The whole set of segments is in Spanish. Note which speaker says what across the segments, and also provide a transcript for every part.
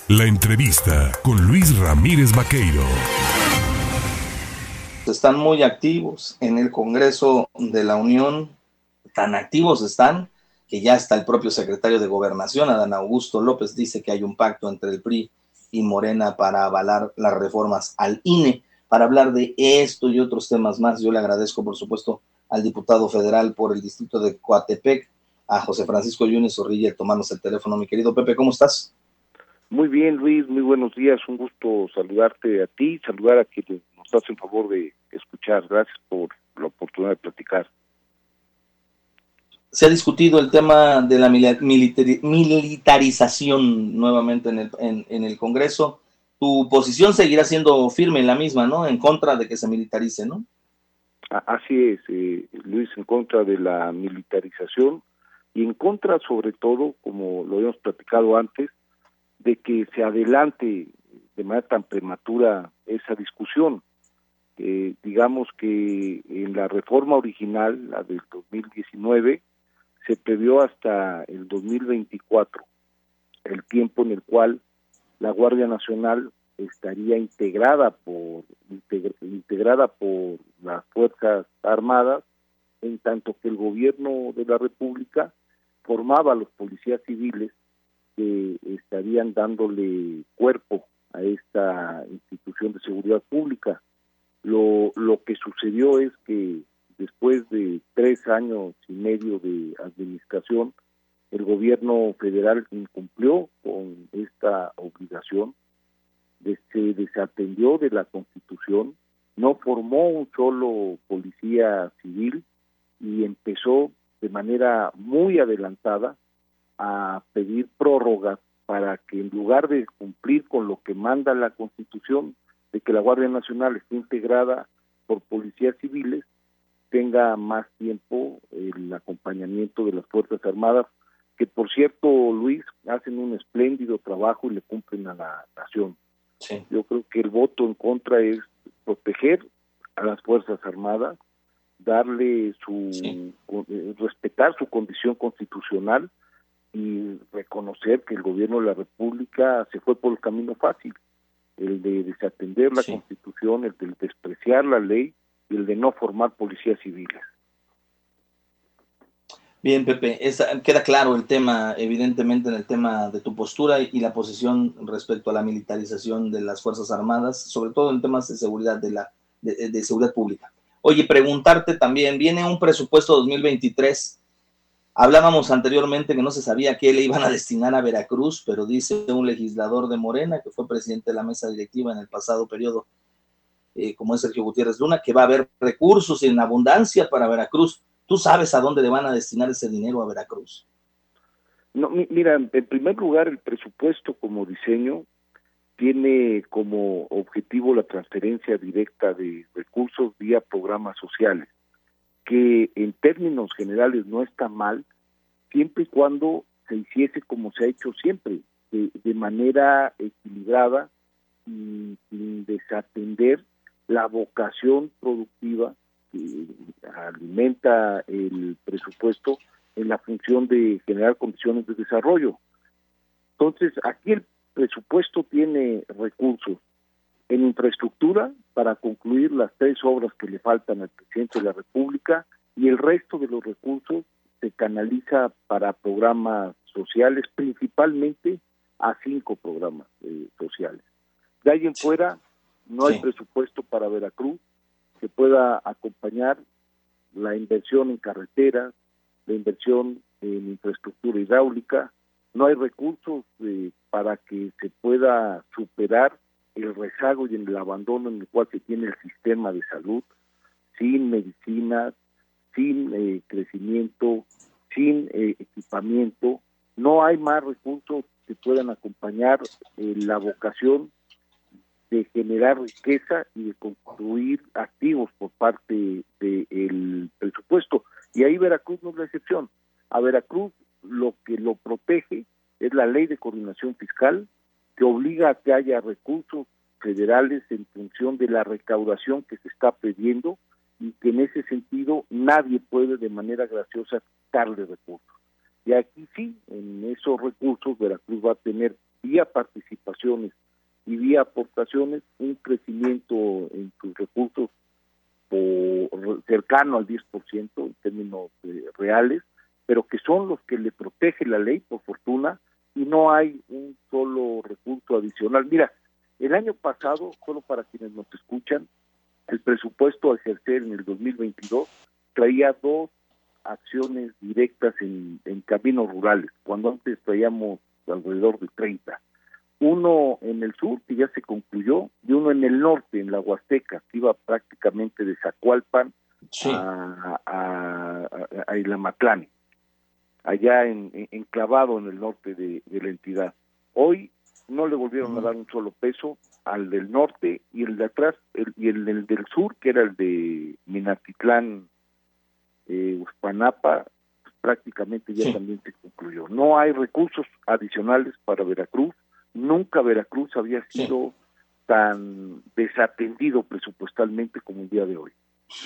Speaker 1: La entrevista con Luis Ramírez Vaqueiro.
Speaker 2: Están muy activos en el Congreso de la Unión, tan activos están que ya está el propio secretario de Gobernación, Adán Augusto López, dice que hay un pacto entre el PRI y Morena para avalar las reformas al INE. Para hablar de esto y otros temas más, yo le agradezco, por supuesto, al diputado federal por el distrito de Coatepec, a José Francisco Yunes Zorrilla, tomarnos el teléfono. Mi querido Pepe, ¿cómo estás?
Speaker 3: Muy bien, Luis, muy buenos días, un gusto saludarte a ti, saludar a quienes nos hacen favor de escuchar. Gracias por la oportunidad de platicar.
Speaker 2: Se ha discutido el tema de la militarización nuevamente en el Congreso. Tu posición seguirá siendo firme en la misma, ¿no? En contra de que se militarice, ¿no?
Speaker 3: Así es, Luis, en contra de la militarización y en contra, sobre todo, como lo habíamos platicado antes, de que se adelante de manera tan prematura esa discusión. Digamos que en la reforma original, la del 2019, se previó hasta el 2024, el tiempo en el cual la Guardia Nacional estaría integrada por las Fuerzas Armadas, en tanto que el gobierno de la República formaba a los policías civiles que estarían dándole cuerpo a esta institución de seguridad pública. Lo que sucedió es que después de 3 años y medio de administración, el gobierno federal incumplió con esta obligación, se desatendió de la Constitución, no formó un solo policía civil y empezó de manera muy adelantada a pedir prórrogas para que, en lugar de cumplir con lo que manda la Constitución, de que la Guardia Nacional esté integrada por policías civiles, tenga más tiempo el acompañamiento de las Fuerzas Armadas, que por cierto, Luis, hacen un espléndido trabajo y le cumplen a la nación.
Speaker 2: Sí.
Speaker 3: Yo creo que el voto en contra es proteger a las Fuerzas Armadas, darle respetar su condición constitucional y reconocer que el gobierno de la República se fue por el camino fácil, el de desatender la Constitución, el de despreciar la ley y el de no formar policías civiles.
Speaker 2: Bien, Pepe, queda claro el tema, evidentemente, en el tema de tu postura y la posición respecto a la militarización de las Fuerzas Armadas, sobre todo en temas de seguridad de seguridad pública. Oye, preguntarte también, viene un presupuesto 2023. Hablábamos anteriormente que no se sabía qué le iban a destinar a Veracruz, pero dice un legislador de Morena, que fue presidente de la mesa directiva en el pasado periodo, como es Sergio Gutiérrez Luna, que va a haber recursos en abundancia para Veracruz. ¿Tú sabes a dónde le van a destinar ese dinero a Veracruz?
Speaker 3: No, mira, en primer lugar, el presupuesto como diseño tiene como objetivo la transferencia directa de recursos vía programas sociales, que en términos generales no está mal, siempre y cuando se hiciese como se ha hecho siempre, de manera equilibrada y sin desatender la vocación productiva que alimenta el presupuesto en la función de generar condiciones de desarrollo. Entonces, aquí el presupuesto tiene recursos en infraestructura para concluir las 3 obras que le faltan al presidente de la República, y el resto de los recursos se canaliza para programas sociales, principalmente a 5 programas sociales. De ahí en fuera no hay presupuesto para Veracruz que pueda acompañar la inversión en carreteras, la inversión en infraestructura hidráulica. No hay recursos para que se pueda superar el rezago y el abandono en el cual se tiene el sistema de salud, sin medicinas, sin crecimiento, sin equipamiento. No hay más recursos que puedan acompañar la vocación de generar riqueza y de construir activos por parte del presupuesto. Y ahí Veracruz no es la excepción. A Veracruz lo que lo protege es la Ley de Coordinación Fiscal, que obliga a que haya recursos federales en función de la recaudación que se está pidiendo, y que en ese sentido nadie puede de manera graciosa quitarle recursos. Y aquí sí, en esos recursos Veracruz va a tener vía participación donaciones y vía aportaciones un crecimiento en sus recursos cercano al 10% en términos reales, pero que son los que le protege la ley, por fortuna, y no hay un solo recurso adicional. Mira, el año pasado, solo para quienes nos escuchan, el presupuesto a ejercer en el 2022 traía 2 acciones directas en caminos rurales, cuando antes traíamos alrededor de 30. Uno en el sur, que ya se concluyó, y uno en el norte, en la Huasteca, que iba prácticamente de Zacualpan a Ilamatlán, allá enclavado en el norte de la entidad. Hoy no le volvieron a dar un solo peso al del norte, y el de atrás, el del sur, que era el de Minatitlán, Uxpanapa, prácticamente ya también se concluyó. No hay recursos adicionales para Veracruz. Nunca Veracruz había sido tan desatendido presupuestalmente como el día de hoy.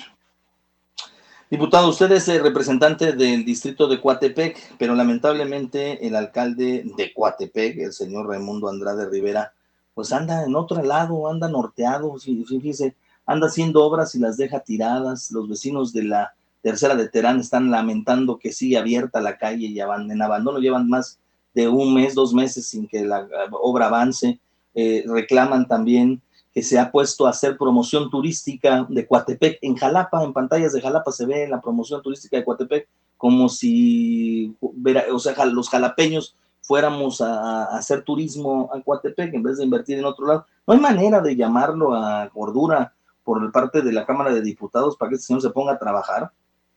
Speaker 2: Diputado, usted es el representante del distrito de Coatepec, pero lamentablemente el alcalde de Coatepec, el señor Raimundo Andrade Rivera, pues anda en otro lado, anda norteado, fíjese, anda haciendo obras y las deja tiradas. Los vecinos de la Tercera de Terán están lamentando que sigue abierta la calle y en abandono, llevan más de 1 mes, 2 meses sin que la obra avance. Reclaman también que se ha puesto a hacer promoción turística de Coatepec en Jalapa, en pantallas de Jalapa se ve la promoción turística de Coatepec como si, los jalapeños fuéramos a hacer turismo a Coatepec en vez de invertir en otro lado. ¿No hay manera de llamarlo a cordura por parte de la Cámara de Diputados para que este señor se ponga a trabajar?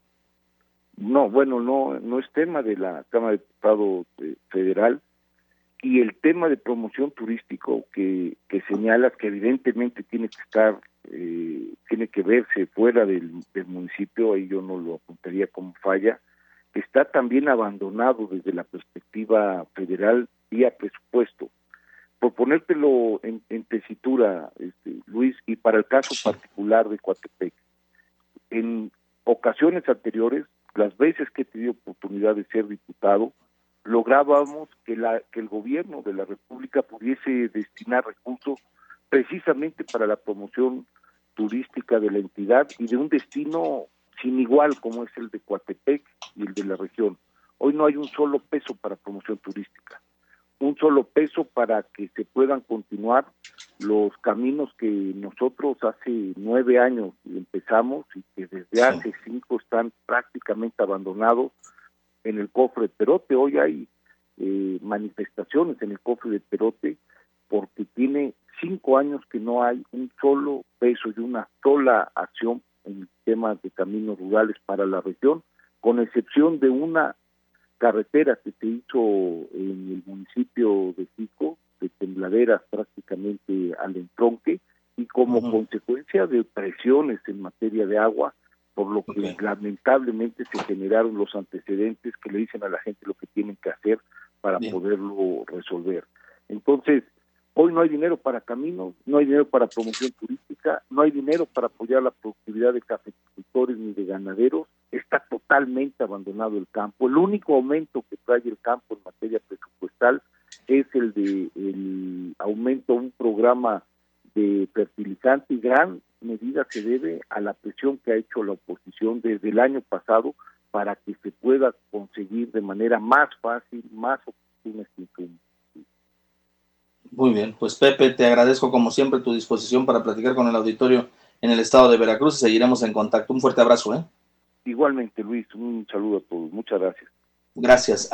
Speaker 3: No, bueno, no es tema de la Cámara de Diputados federal, y el tema de promoción turístico que señalas, que evidentemente tiene que estar, tiene que verse fuera del municipio, ahí yo no lo apuntaría como falla, está también abandonado desde la perspectiva federal vía presupuesto. Por ponértelo en tesitura, Luis, y para el caso particular de Coatepec, en ocasiones anteriores, las veces que he tenido oportunidad de ser diputado, lográbamos que el gobierno de la República pudiese destinar recursos precisamente para la promoción turística de la entidad y de un destino sin igual como es el de Coatepec y el de la región. Hoy no hay un solo peso para promoción turística, un solo peso para que se puedan continuar los caminos que nosotros hace 9 años empezamos y que desde hace 5 están prácticamente abandonados en el cofre de Perote. Hoy hay manifestaciones en el cofre de Perote porque tiene 5 años que no hay un solo peso y una sola acción en temas de caminos rurales para la región, con excepción de una carretera que se hizo en el municipio de Xico, de Tembladeras prácticamente al entronque, y como consecuencia de presiones en materia de agua, por lo que lamentablemente se generaron los antecedentes que le dicen a la gente lo que tienen que hacer para poderlo resolver. Entonces, hoy no hay dinero para caminos, no hay dinero para promoción turística, no hay dinero para apoyar la productividad de cafeticultores ni de ganaderos, está totalmente abandonado el campo. El único aumento que trae el campo en materia presupuestal es el aumento de un programa de fertilizante, y gran medida se debe a la presión que ha hecho la oposición desde el año pasado para que se pueda conseguir de manera más fácil, más oportuna este insumo.
Speaker 2: Muy bien, pues Pepe, te agradezco como siempre tu disposición para platicar con el auditorio en el estado de Veracruz y seguiremos en contacto. Un fuerte abrazo.
Speaker 3: Igualmente, Luis, un saludo a todos. Muchas gracias.
Speaker 2: Gracias.